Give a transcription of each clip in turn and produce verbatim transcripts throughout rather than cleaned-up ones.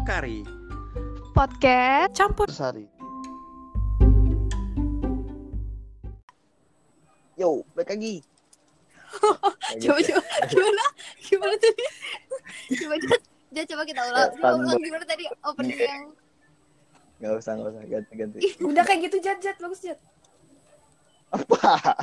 Pokari Podcast campur sari. Yo, balik lagi. Coba coba gimana gimana tadi? Coba coba Jat, coba kita ulang. Coba ulang gimana tadi opening yang Gak usah, gak usah ganti-ganti. Udah kayak gitu Jat, Jat, bagus Jat. Apa?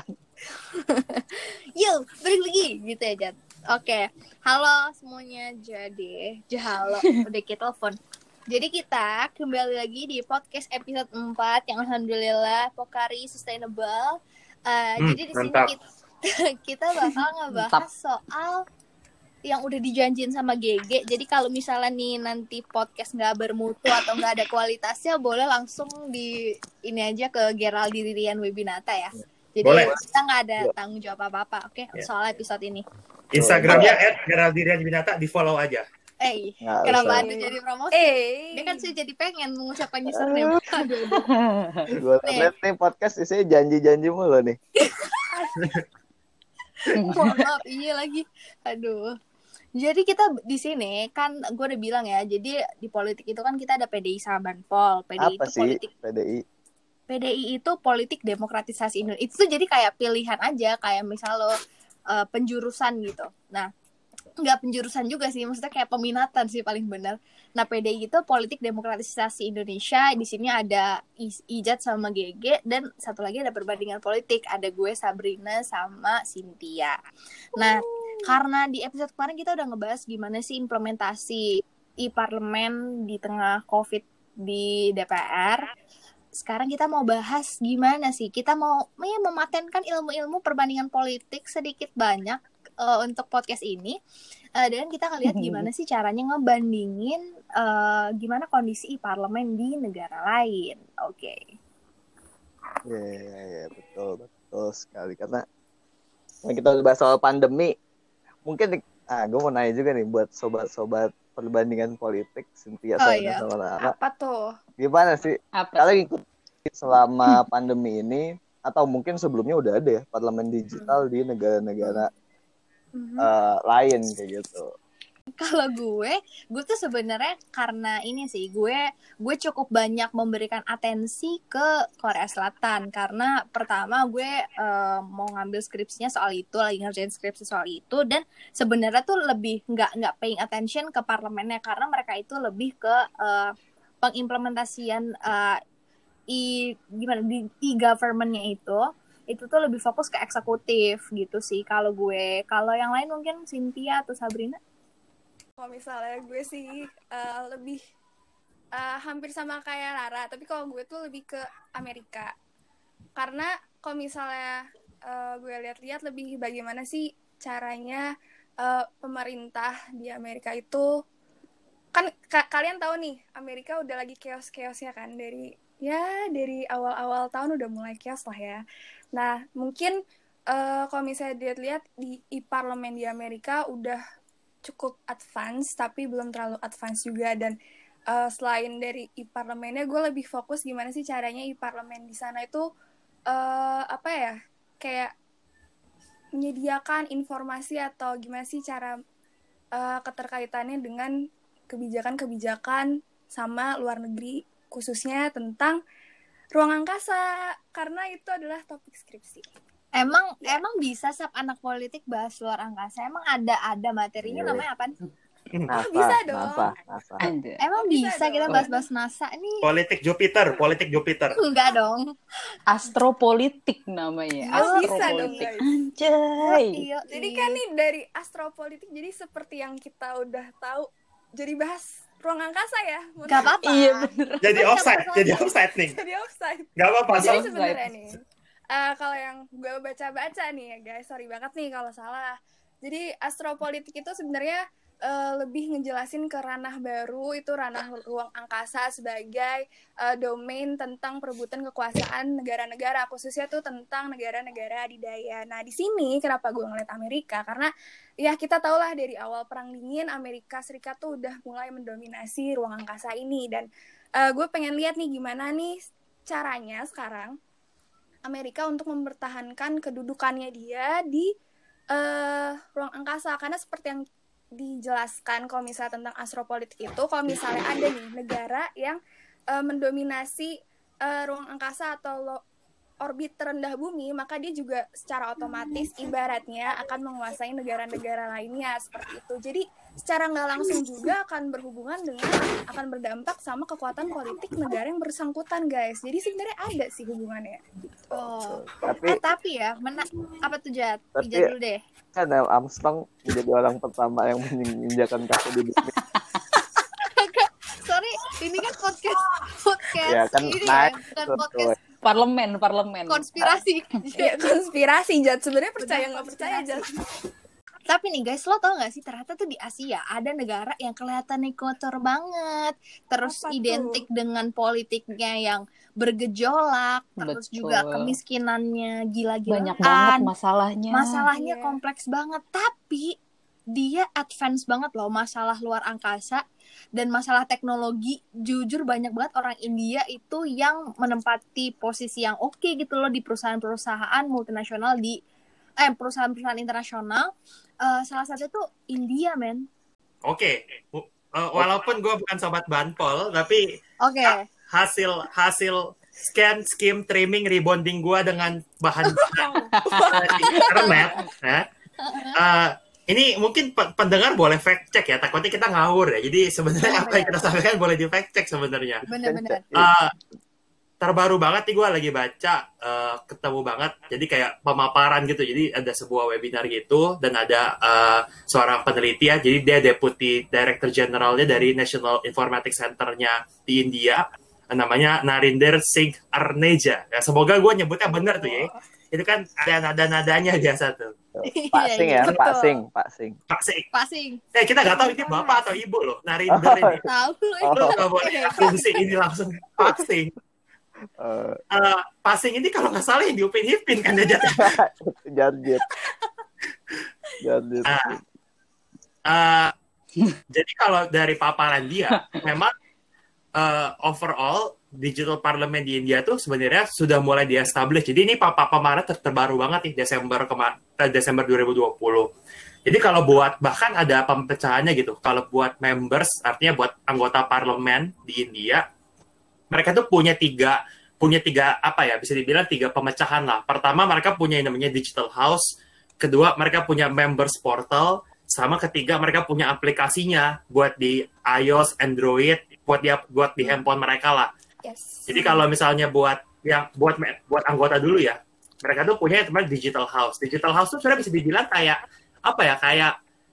Yo, balik lagi gitu ya, Jat. Oke. Halo semuanya. Jadi, halo, udah kita telepon. Jadi kita kembali lagi di podcast episode empat yang alhamdulillah Pokari Sustainable. Uh, Hmm, jadi di sini mantap. kita, kita bakal ngebahas soal yang udah dijanjin sama G G. Jadi kalau misalnya nih nanti podcast nggak bermutu atau nggak ada kualitasnya, boleh langsung di ini aja ke Geraldi Ririan Webinata ya. Jadi Boleh. kita nggak ada tanggung jawab apa-apa, oke? Ya. Soal episode ini. Instagramnya et geraldirian binata, di follow aja. Eh, Nggak kenapa usah. ada jadi promosi? Eh, Dia kan sih jadi pengen mengucapkan username. Aduh, aduh. Gue liat nih podcast isinya janji-janji mulu nih. Mohon maaf, iya lagi. Aduh. Jadi kita di sini kan gue udah bilang ya, jadi di politik itu kan kita ada P D I sama Banpol. P D I Apa itu sih politik P D I? P D I itu politik demokratisasi Indonesia. Itu tuh jadi kayak pilihan aja, kayak misal lo uh, penjurusan gitu. Nah, nggak penjurusan juga sih, maksudnya kayak peminatan sih paling benar. Nah, P D I itu politik demokratisasi Indonesia. Di sini ada I- Ijat sama G G, dan satu lagi ada perbandingan politik. Ada gue, Sabrina, sama Cynthia. Nah, karena di episode kemarin kita udah ngebahas gimana sih implementasi e-parlemen di tengah COVID di D P R. Sekarang kita mau bahas gimana sih kita mau ya, mematenkan ilmu-ilmu perbandingan politik sedikit banyak uh, untuk podcast ini. Uh, dan kita ngeliat gimana sih caranya ngebandingin uh, gimana kondisi e-parlemen di negara lain. Oke. Okay. Iya, iya, iya, betul, betul sekali. Karena nah, kita udah bahas soal pandemi. Mungkin, ah, gue mau nanya juga nih buat sobat-sobat perbandingan politik, Cynthia Oh, sama iya. sama Nana. apa tuh? Gimana sih? Apa? Kalian ikut selama pandemi ini, atau mungkin sebelumnya udah ada ya parlemen digital di negara-negara Mm-hmm. uh, lain kayak gitu. Kalau gue, gue tuh sebenarnya karena ini sih, gue gue cukup banyak memberikan atensi ke Korea Selatan karena pertama gue uh, mau ngambil skripsinya soal itu, lagi ngerjain skripsi soal itu, dan sebenarnya tuh lebih nggak nggak paying attention ke parlemennya karena mereka itu lebih ke uh, pengimplementasian uh, i gimana di e-government-nya itu. Itu tuh lebih fokus ke eksekutif gitu sih kalau gue. Kalau yang lain mungkin Cynthia atau Sabrina. Kalau misalnya gue sih uh, lebih uh, hampir sama kayak Rara, tapi kalau gue tuh lebih ke Amerika. Karena kalau misalnya uh, gue lihat-lihat lebih bagaimana sih caranya uh, pemerintah di Amerika itu, kan ka- kalian tahu nih Amerika udah lagi chaos-chaosnya kan dari ya dari awal-awal tahun udah mulai chaos lah ya. Nah, mungkin uh, kalau misalnya dilihat di e-parlemen di Amerika udah cukup advance, tapi belum terlalu advance juga. Dan uh, selain dari e-parlemennya, gue lebih fokus gimana sih caranya e-parlemen di sana itu, uh, apa ya, kayak menyediakan informasi atau gimana sih cara uh, keterkaitannya dengan kebijakan-kebijakan sama luar negeri, khususnya tentang ruang angkasa, karena itu adalah topik skripsi. Emang ya. Emang bisa sab anak politik bahas luar angkasa? Emang ada ada materinya Yeah. namanya apa? NASA, Oh, bisa dong. NASA, NASA. Ada. Emang Oh, bisa, bisa kita dong. bahas-bahas NASA nih? Politik Jupiter, politik Jupiter. Enggak dong. Astropolitik namanya. Oh, bisa dong, Astropolitik. guys. Anjay. Iya, Jadi kan nih dari astropolitik, jadi seperti yang kita udah tahu, jadi bahas ruang angkasa ya. Gak apa-apa. Iya bener. Jadi Kan offside, siapa jadi tahu. offside nih. Jadi offside. Gak apa-apa, Jadi so. sebenarnya nih, uh, kalau yang gue baca-baca nih ya guys, sorry banget nih kalau salah. Jadi astropolitik itu sebenarnya uh, lebih ngejelasin ke ranah baru, itu ranah ruang angkasa sebagai uh, domain tentang perebutan kekuasaan negara-negara, khususnya tuh tentang negara-negara adidaya. Nah di sini kenapa gue ngeliat Amerika, karena ya kita tahulah dari awal perang dingin Amerika Serikat tuh udah mulai mendominasi ruang angkasa ini, dan uh, gue pengen lihat nih gimana nih caranya sekarang Amerika untuk mempertahankan kedudukannya dia di uh, ruang angkasa, karena seperti yang dijelaskan kalau misalnya tentang astropolitik itu, kalau misalnya ada nih negara yang uh, mendominasi uh, ruang angkasa atau lo, orbit terendah bumi, maka dia juga secara otomatis ibaratnya akan menguasai negara-negara lainnya seperti itu. Jadi secara nggak langsung juga akan berhubungan dengan, akan berdampak sama kekuatan politik negara yang bersangkutan, guys. Jadi sebenarnya ada sih hubungannya. Oh, Tapi eh tapi ya, mena apa tuh Jat? Tapi- Ijat dulu deh. kan Neil Armstrong menjadi orang pertama yang menginjakan kaki di bumi. Sorry, ini kan podcast podcast Ya, kan ini naik ya, bukan tuh, podcast Parlemen, parlemen. konspirasi. Ya, konspirasi, Jat. Sebenarnya percaya Benar, nggak percaya, Jat. Tapi nih guys, lo tau gak sih ternyata tuh di Asia ada negara yang kelihatannya kotor banget, terus Apa tuh? identik dengan politiknya yang bergejolak, terus Betul. juga kemiskinannya gila-gilaan. Banyak banget masalahnya. Masalahnya Iya. kompleks banget, tapi dia advance banget loh masalah luar angkasa dan masalah teknologi. Jujur banyak banget orang India itu yang menempati posisi yang oke gitu loh di perusahaan-perusahaan multinasional di eh perusahaan-perusahaan internasional. Uh, salah satu tuh India, men. Oke, Bu- uh, walaupun gue bukan sobat Banpol, tapi Oke. hasil hasil scan, skim, trimming, rebonding gue dengan bahan di internet, ya. Uh, ini mungkin pe- pendengar boleh fact check ya, takutnya kita ngawur ya. Jadi sebenarnya apa yang kita sampaikan boleh di fact check sebenarnya. Bener-bener. Uh, terbaru banget nih gue lagi baca, uh, ketemu banget, jadi kayak pemaparan gitu. Jadi ada sebuah webinar gitu dan ada uh, seorang peneliti ya, jadi dia deputy director generalnya dari National Informatics Center-nya di India, namanya Narinder Singh Arneja. Ya, semoga gue nyebutnya benar tuh ya. Itu kan ada nada-nadanya biasa tuh. Pak Sing ya, Iya, Pak betul. Sing, Pak Sing. Pak Singh. Pasing. Eh kita nggak tahu ini bapak atau ibu loh, Narinder ini. Tahu Oh. Lo nggak boleh asumsi ini langsung Pak Singh. Eh, Uh, Pak Singh ini kalau nggak salah yang di Upin Ipin kan dia. Jadit. Jadit. Ah. Uh, jadi kalau dari paparan dia, memang uh, overall digital parliament di India tuh sebenarnya sudah mulai di-establish. Jadi ini papa paparan ter- terbaru banget nih Desember kemarin, Desember dua ribu dua puluh. Jadi kalau buat bahkan ada pemecahannya gitu. Kalau buat members, artinya buat anggota parlemen di India, mereka tuh punya tiga punya tiga apa ya bisa dibilang tiga pemecahan lah. Pertama mereka punya yang namanya digital house, kedua mereka punya members portal, sama ketiga mereka punya aplikasinya buat di iOS, Android, buat di buat di handphone mereka lah. Yes. Jadi kalau misalnya buat yang buat buat anggota dulu ya, mereka tuh punya yang namanya digital house. Digital house tuh sebenarnya bisa dibilang kayak apa ya kayak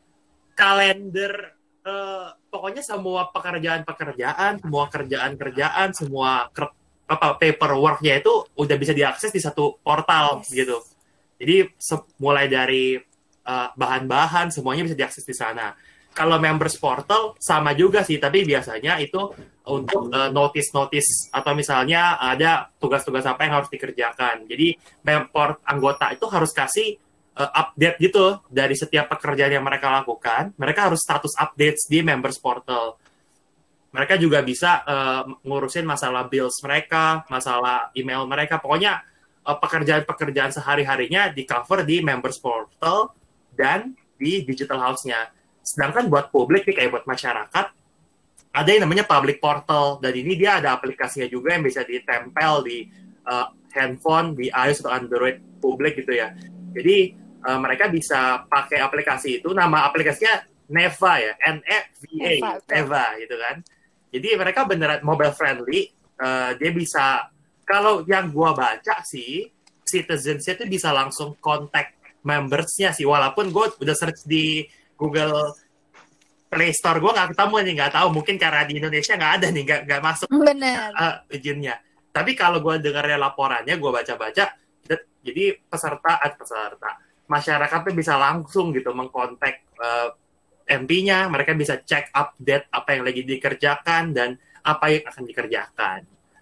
kalender. Uh, pokoknya semua pekerjaan-pekerjaan, semua kerjaan-kerjaan, semua ker- apa paperwork-nya itu udah bisa diakses di satu portal Yes. gitu. Jadi se- mulai dari uh, bahan-bahan semuanya bisa diakses di sana. Kalau members portal sama juga sih, tapi biasanya itu untuk uh, notice-notice atau misalnya ada tugas-tugas apa yang harus dikerjakan. Jadi member anggota itu harus kasih Uh, update gitu dari setiap pekerjaan yang mereka lakukan. Mereka harus status updates di members portal. Mereka juga bisa uh, ngurusin masalah bills mereka, masalah email mereka. Pokoknya uh, pekerjaan-pekerjaan sehari-harinya di cover di members portal dan di digital house-nya. Sedangkan buat publik nih, kayak buat masyarakat, ada yang namanya public portal. Dan ini dia ada aplikasinya juga yang bisa ditempel di uh, handphone, di iOS atau Android publik gitu ya. Jadi Uh, mereka bisa pakai aplikasi itu, nama aplikasinya Neva ya, N E V A, Neva, betul. Neva gitu kan. Jadi mereka beneran mobile friendly, uh, dia bisa, kalau yang gua baca sih, citizens-nya itu bisa langsung kontak members-nya sih, walaupun gua udah search di Google Play Store, gua nggak ketemu nih, nggak tahu, mungkin karena di Indonesia nggak ada nih, nggak nggak masuk Bener. uh, izinnya. Tapi kalau gua dengarnya laporannya, gua baca-baca, jadi peserta, eh, peserta, masyarakat tuh bisa langsung gitu mengkontak uh, M P-nya, mereka bisa cek update apa yang lagi dikerjakan dan apa yang akan dikerjakan.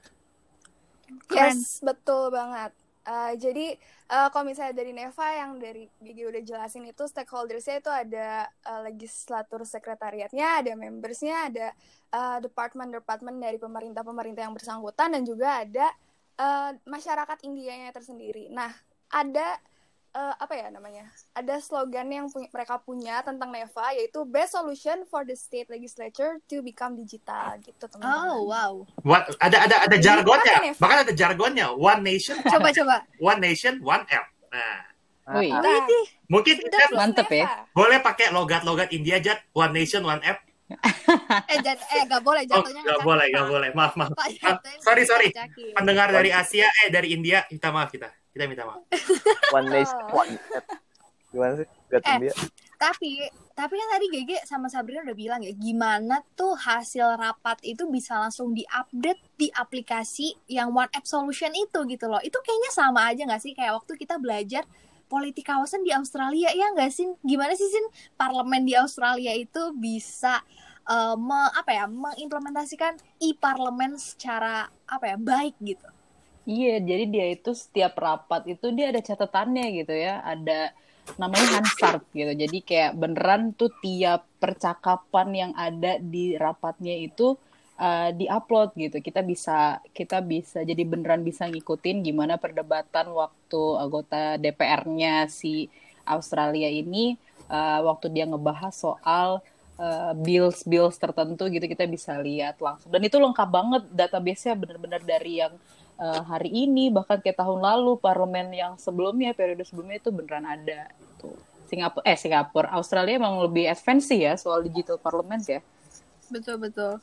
Yes, betul banget. Uh, jadi uh, kalau misalnya dari Neva yang dari B G udah jelasin itu stakeholders-nya itu ada uh, legislatur sekretariatnya, ada members-nya, ada uh, department-department dari pemerintah-pemerintah yang bersangkutan dan juga ada uh, masyarakat Indianya tersendiri. Nah, ada uh, apa ya namanya? Ada slogan yang punya, mereka punya tentang Neva, yaitu best solution for the state legislature to become digital gitu teman-teman. Oh wow. What, ada ada ada jargonnya, bahkan ada jargonnya. One nation, Coba coba. one nation, one app. Nah, Wih, Nah, Widih. mungkin kita mantep ya. Neva. boleh pakai logat-logat India aja. One nation, one app. Eh jat eh gak boleh Oh, jatuhnya nggak boleh, nggak boleh. Maaf, maaf. Pak, Ah, jatuhnya sorry, sorry. ngacak-cakin. Pendengar dari Asia, eh dari India, kita maaf kita. Kita minta maaf. One nation, one app. Gimana sih? Gak Eh. dia. Tapi tapi kan tadi Gege sama Sabrina udah bilang ya, gimana tuh hasil rapat itu bisa langsung diupdate di aplikasi yang One App Solution itu gitu loh. Itu kayaknya sama aja nggak sih kayak waktu kita belajar politik kawasan di Australia, ya nggak sih? Gimana sih Sin parlemen di Australia itu bisa uh, me, apa ya mengimplementasikan e-parlemen secara apa ya baik gitu? Iya, jadi dia itu setiap rapat itu dia ada catatannya gitu ya, ada namanya Hansard gitu. Jadi kayak beneran tuh tiap percakapan yang ada di rapatnya itu uh, diupload gitu. Kita bisa kita bisa jadi beneran bisa ngikutin gimana perdebatan waktu anggota D P R-nya si Australia ini uh, waktu dia ngebahas soal uh, bills-bills tertentu gitu, kita bisa lihat langsung. Dan itu lengkap banget, database-nya bener-bener dari yang Uh, hari ini bahkan kayak tahun lalu, parlemen yang sebelumnya, periode sebelumnya itu beneran ada tuh. Singapura eh Singapura Australia emang lebih advance sih ya soal digital parliament ya. Betul betul.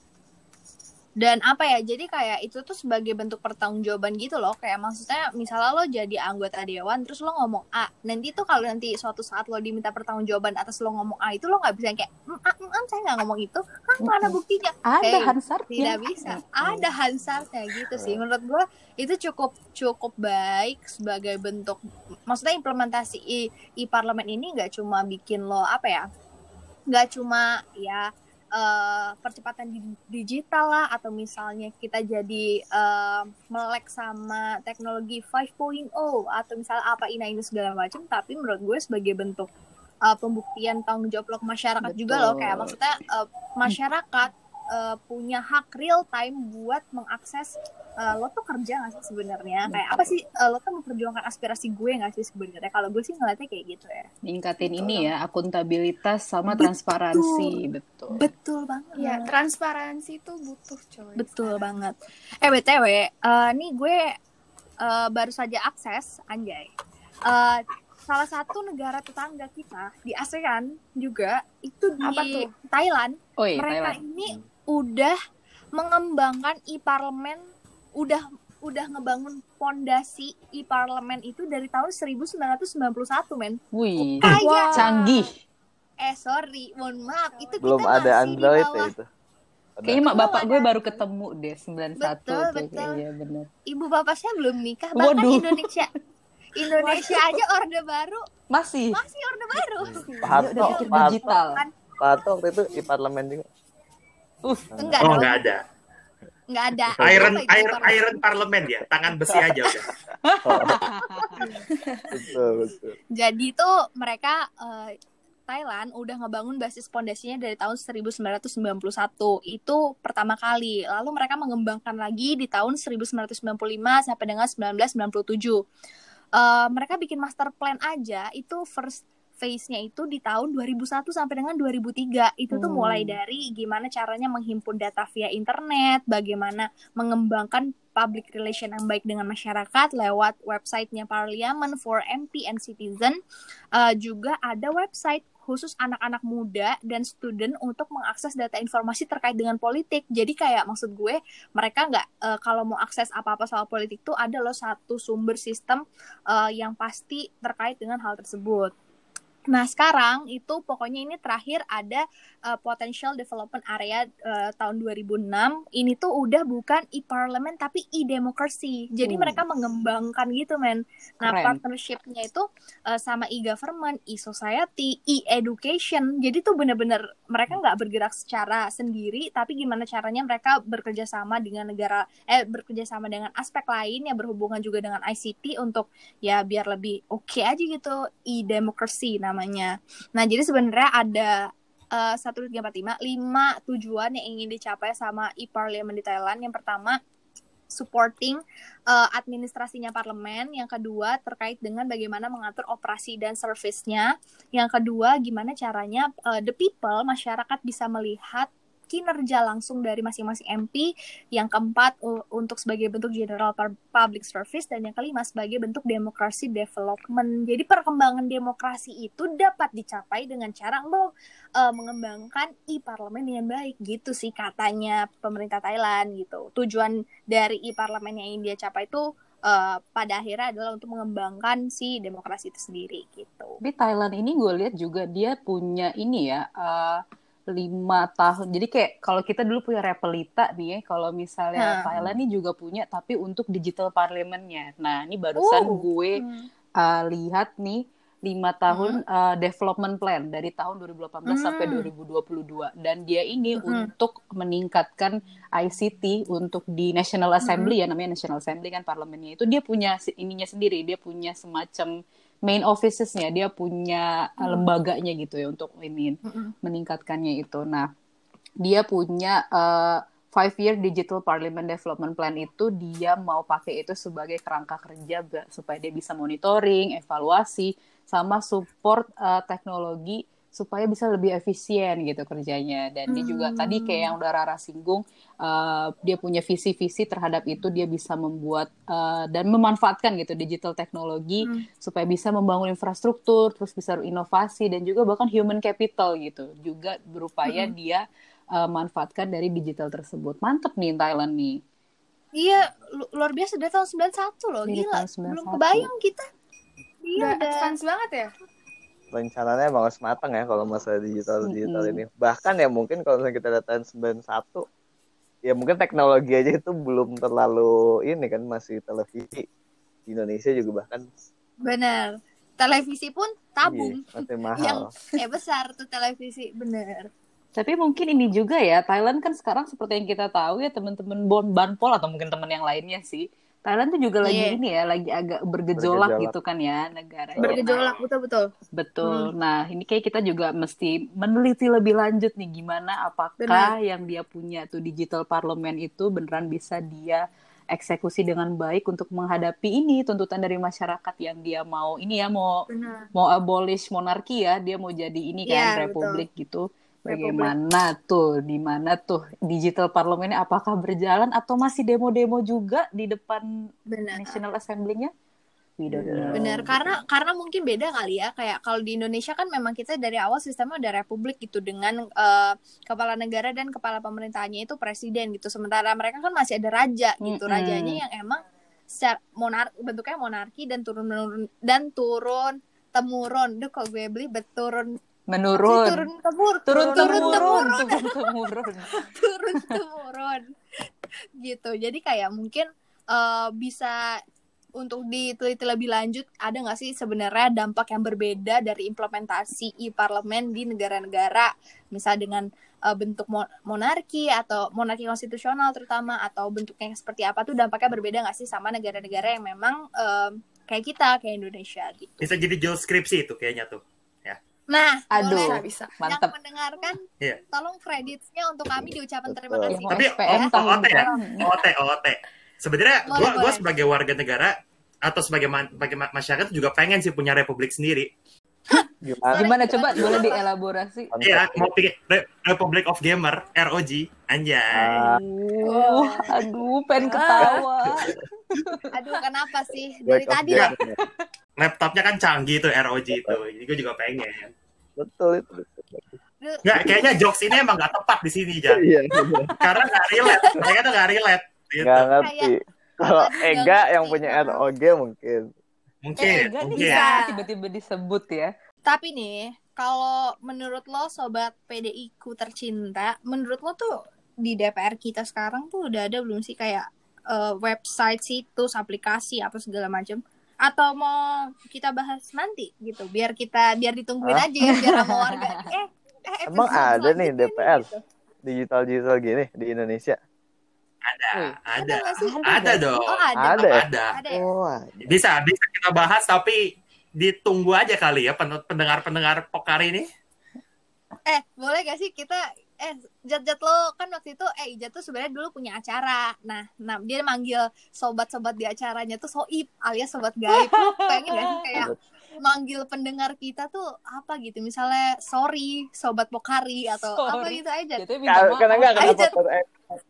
Dan apa ya, jadi kayak itu tuh sebagai bentuk pertanggungjawaban gitu loh. Kayak maksudnya misalnya lo jadi anggota dewan terus lo ngomong A, nanti tuh kalau nanti suatu saat lo diminta pertanggungjawaban atas lo ngomong A itu, lo nggak bisa kayak mm, ah, mm, ah, saya nggak ngomong itu, ah, mana buktinya? Ada Hey, Hansardnya. tidak bisa, ada Hansardnya gitu sih. Menurut gue itu cukup cukup baik sebagai bentuk, maksudnya implementasi i, e-parlemen ini nggak cuma bikin lo apa ya, nggak cuma ya Uh, percepatan digital lah, atau misalnya kita jadi uh, melek sama teknologi lima titik nol atau misalnya apa ini ini segala macam, tapi menurut gue sebagai bentuk uh, pembuktian tanggung jawab lo ke masyarakat. Betul. Juga loh, kayak maksudnya uh, masyarakat uh, punya hak real time buat mengakses uh, lo tuh kerja nggak sih sebenarnya, kayak apa sih uh, lo tuh memperjuangkan aspirasi gue nggak sih sebenarnya. Kalau gue sih ngeliatnya kayak gitu ya, ningkatin betul. Ini ya akuntabilitas sama betul. Transparansi. Betul betul banget ya, transparansi itu butuh coy betul sekarang. banget. Eh B T W uh, nih gue uh, baru saja akses anjay uh, salah satu negara tetangga kita di ASEAN juga, itu di Apa tuh? Thailand. Oh iya, Mereka Thailand. ini udah mengembangkan e-parlemen, udah udah ngebangun fondasi e-parlemen itu dari tahun seribu sembilan ratus sembilan puluh satu, men. Wih, Kayak Wah. canggih. eh sorry, mohon maaf, itu Belum kita ada masih Android di bawah. ya itu. Kayaknya mak Belum bapak ada. gue baru ketemu deh sembilan puluh satu Betul, tuh betul. kayaknya bener. Ibu bapak saya belum nikah, bahkan Waduh. Indonesia Indonesia aja orde baru, Masih. masih orde baru. Pak Harto, Dia udah pikir Pak Harto, digital. Pak Harto waktu itu di parlemen juga. Uh, Enggak Oh, dong, nggak ada. enggak ada. Iron Apa itu iron parlemen? iron parlemen ya, tangan besi aja udah. Oh. Betul, betul. Jadi tuh mereka eh, Thailand udah ngebangun basis pondasinya dari tahun seribu sembilan ratus sembilan puluh satu. Itu pertama kali. Lalu mereka mengembangkan lagi di tahun seribu sembilan ratus sembilan puluh lima sampai dengan seribu sembilan ratus sembilan puluh tujuh. Uh, mereka bikin master plan aja, itu first phase-nya itu di tahun dua ribu satu sampai dengan dua ribu tiga. Itu tuh Hmm. mulai dari gimana caranya menghimpun data via internet, bagaimana mengembangkan public relation yang baik dengan masyarakat lewat website-nya Parliament for M P and Citizen. Uh, juga ada website khusus anak-anak muda dan student untuk mengakses data informasi terkait dengan politik. Jadi kayak maksud gue, mereka nggak uh, kalau mau akses apa-apa soal politik tuh ada loh satu sumber sistem uh, yang pasti terkait dengan hal tersebut. Nah sekarang itu pokoknya ini terakhir ada uh, Potential Development Area uh, tahun dua ribu enam. Ini tuh udah bukan e-parliament tapi e-democracy. Jadi Uh. mereka mengembangkan gitu, men. Nah Keren. partnership-nya itu uh, sama e-government, e-society, e-education. Jadi tuh bener-bener mereka nggak bergerak secara sendiri, tapi gimana caranya mereka bekerja sama dengan negara, eh bekerja sama dengan aspek lain yang berhubungan juga dengan I C T untuk ya biar lebih oke okay aja gitu, e-democracy namanya. Nah jadi sebenarnya ada uh, satu, dua, tiga, empat, lima, lima tujuan yang ingin dicapai sama e-parliament di Thailand. Yang pertama supporting uh, administrasinya parlemen. Yang kedua terkait dengan bagaimana mengatur operasi dan service-nya. Yang kedua gimana caranya uh, the people, masyarakat bisa melihat kinerja langsung dari masing-masing M P. Yang keempat uh, untuk sebagai bentuk general public service. Dan yang kelima sebagai bentuk demokrasi development. Jadi perkembangan demokrasi itu dapat dicapai dengan cara lo uh, mengembangkan e-parlemen dengan baik gitu sih katanya pemerintah Thailand gitu. Tujuan dari e-parlemen yang ingin dia capai itu uh, pada akhirnya adalah untuk mengembangkan si demokrasi itu sendiri gitu. Di Thailand ini gue lihat juga dia punya ini ya uh, lima tahun. Jadi kayak kalau kita dulu punya Repelita nih ya, kalau misalnya hmm. Thailand ini juga punya tapi untuk digital parlemennya. Nah ini barusan uh. gue hmm. uh, lihat nih lima tahun hmm. uh, development plan dari tahun dua ribu delapan belas hmm. sampai dua ribu dua puluh dua, dan dia ini hmm. untuk meningkatkan I C T untuk di National Assembly hmm. ya, namanya National Assembly kan parlemennya itu, dia punya ininya sendiri, dia punya semacam main offices-nya, dia punya hmm. lembaganya gitu ya untuk ini hmm. meningkatkannya itu. Nah dia punya uh, five year digital parliament development plan itu, dia mau pakai itu sebagai kerangka kerja supaya dia bisa monitoring, evaluasi, sama support uh, teknologi supaya bisa lebih efisien gitu kerjanya. Dan dia juga hmm. tadi kayak yang udah Rara singgung, uh, dia punya visi-visi terhadap itu, dia bisa membuat uh, dan memanfaatkan gitu digital teknologi hmm. supaya bisa membangun infrastruktur, terus bisa inovasi, dan juga bahkan human capital gitu. Juga berupaya hmm. dia uh, manfaatkan dari digital tersebut. Mantep nih Thailand nih. Iya, lu- luar biasa dari tahun sembilan puluh satu loh, Dari gila. tahun sembilan puluh satu. Belum kebayang kita. Iya, Udah udah. advance banget ya. Rencananya emang harus matang ya kalau masalah digital-digital Mm-mm. ini. Bahkan ya mungkin kalau misalnya kita datang sembilan puluh satu, ya mungkin teknologi aja itu belum terlalu ini kan, masih televisi. Di Indonesia juga bahkan Bener. Televisi pun tabung. iya, masih mahal. Yang eh besar tuh televisi, bener. Tapi mungkin ini juga ya, Thailand kan sekarang seperti yang kita tahu ya teman-teman Bon Banpol atau mungkin teman yang lainnya sih. Thailand tuh juga lagi Iya. ini ya, lagi agak bergejolak, Bergejolak. gitu kan ya negaranya. Bergejolak, betul-betul. Betul. Nah, ini kayak kita juga mesti meneliti lebih lanjut nih gimana apakah Benar. yang dia punya tuh digital parlemen itu beneran bisa dia eksekusi dengan baik untuk menghadapi ini tuntutan dari masyarakat yang dia mau ini ya mau Benar. mau abolish monarki ya, dia mau jadi ini kan Iya, republik gitu. Bagaimana tuh, di mana tuh digital parlemennya, apakah berjalan atau masih demo-demo juga di depan Benar. National Assembly-nya? We don't Iya. know. Benar, karena karena mungkin beda kali ya, kayak kalau di Indonesia kan memang kita dari awal sistemnya udah republik gitu dengan uh, kepala negara dan kepala pemerintahannya itu presiden gitu. Sementara mereka kan masih ada raja gitu, Mm-mm. rajanya yang emang secara monar bentuknya monarki dan turun menurun dan turun temurun. Duh kok gue beli beturun Menurun. turun temur Turun turun temurun, temurun turun temurun. turun temurun gitu. Jadi kayak mungkin uh, bisa untuk diteliti lebih lanjut, ada nggak sih sebenarnya dampak yang berbeda dari implementasi e-parlemen di negara-negara misal dengan uh, bentuk mo- monarki atau monarki konstitusional terutama, atau bentuknya seperti apa tuh dampaknya berbeda nggak sih sama negara-negara yang memang um, kayak kita, kayak Indonesia gitu. Bisa jadi judul skripsi itu kayaknya tuh. Nah, Aduh, boleh bisa. mantap. yang mendengarkan, Iya. tolong kreditnya untuk kami diucapkan terima Betul. kasih. Yang Tapi S P M O- tahun O T ya? depan. O T, O T. Sebenarnya Boleh, gue gue boleh. sebagai warga negara atau sebagai, ma- sebagai ma- masyarakat juga pengen sih punya republik sendiri. Gimana? Gimana coba boleh dielaborasi? Iya, mau pikir Re- Republic of Gamer, R O G, anjay. Ah, Aduh, aduh, pengen ketawa. Aduh, kenapa sih? Dari Break of tadi Game. ya. Laptopnya kan canggih tuh R O G itu. Jadi gue juga pengen. Betul itu. Nggak, kayaknya jokes ini emang nggak tepat di sini, Jan. Iya, bener. Karena nggak relate. Mereka tuh nggak relate. Gitu. Nggak ngerti. Kalau Nggak Ega ngerti. yang punya R O G mungkin. Mungkin, Eh, enggak nih, mungkin. Bisa. tiba-tiba disebut ya. Tapi nih, kalau menurut lo sobat P D I ku tercinta, menurut lo tuh di D P R kita sekarang tuh udah ada belum sih kayak uh, website, situs, aplikasi apa segala macam? Atau mau kita bahas nanti gitu, biar kita biar ditungguin Hah? aja ya, biar sama warga. Eh, eh Emang episode ada nih selanjutnya D P R gitu. digital-digital gini di Indonesia? Ada, Wih, ada. nggak sih? Ada dong. Oh, ada. Ada ya? Ada. Ada ya? Oh, ada. Bisa, bisa kita bahas tapi ditunggu aja kali ya pen- pendengar-pendengar Pokari ini. Eh, boleh gak sih kita eh Jat-Jat lo kan waktu itu eh Ijat tuh sebenarnya dulu punya acara. Nah, nah dia manggil sobat-sobat di acaranya tuh soib alias sobat gaib. Lo pengen gak sih kayak manggil pendengar kita tuh apa gitu, misalnya sorry sobat Pokari atau Sorry. apa gitu aja. Jatuhnya minta maaf. Karena nggak kenapa Aja. ter-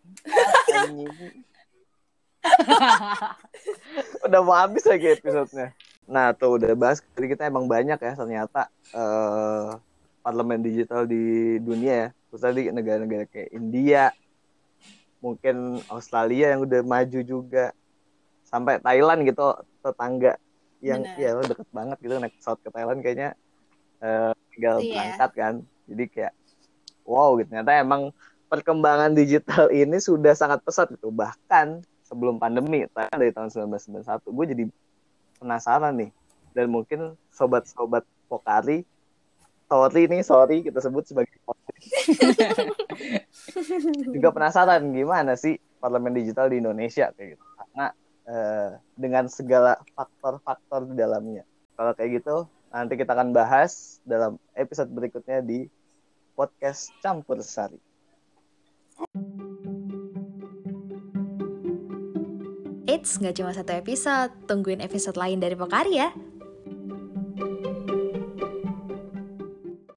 udah mau habis lagi episodenya. Nah tuh udah bahas, jadi kita emang banyak ya ternyata eh, parlemen digital di dunia ya, terus tadi negara-negara kayak India, mungkin Australia yang udah maju juga, sampai Thailand gitu tetangga yang Benar. ya lo deket banget gitu, naik pesawat ke Thailand kayaknya eh, tinggal Iya. berangkat kan, jadi kayak wow gitu, ternyata emang perkembangan digital ini sudah sangat pesat gitu, bahkan sebelum pandemi dari tahun sembilan belas sembilan puluh satu. Gue jadi penasaran nih, dan mungkin sobat-sobat Pokari, sorry nih, sorry kita sebut sebagai juga penasaran gimana sih parlemen digital di Indonesia kayak gitu, karena eh, dengan segala faktor-faktor di dalamnya. Kalau kayak gitu nanti kita akan bahas dalam episode berikutnya di podcast Campur Sari. Eits, nggak cuma satu episode, tungguin episode lain dari Pokari ya.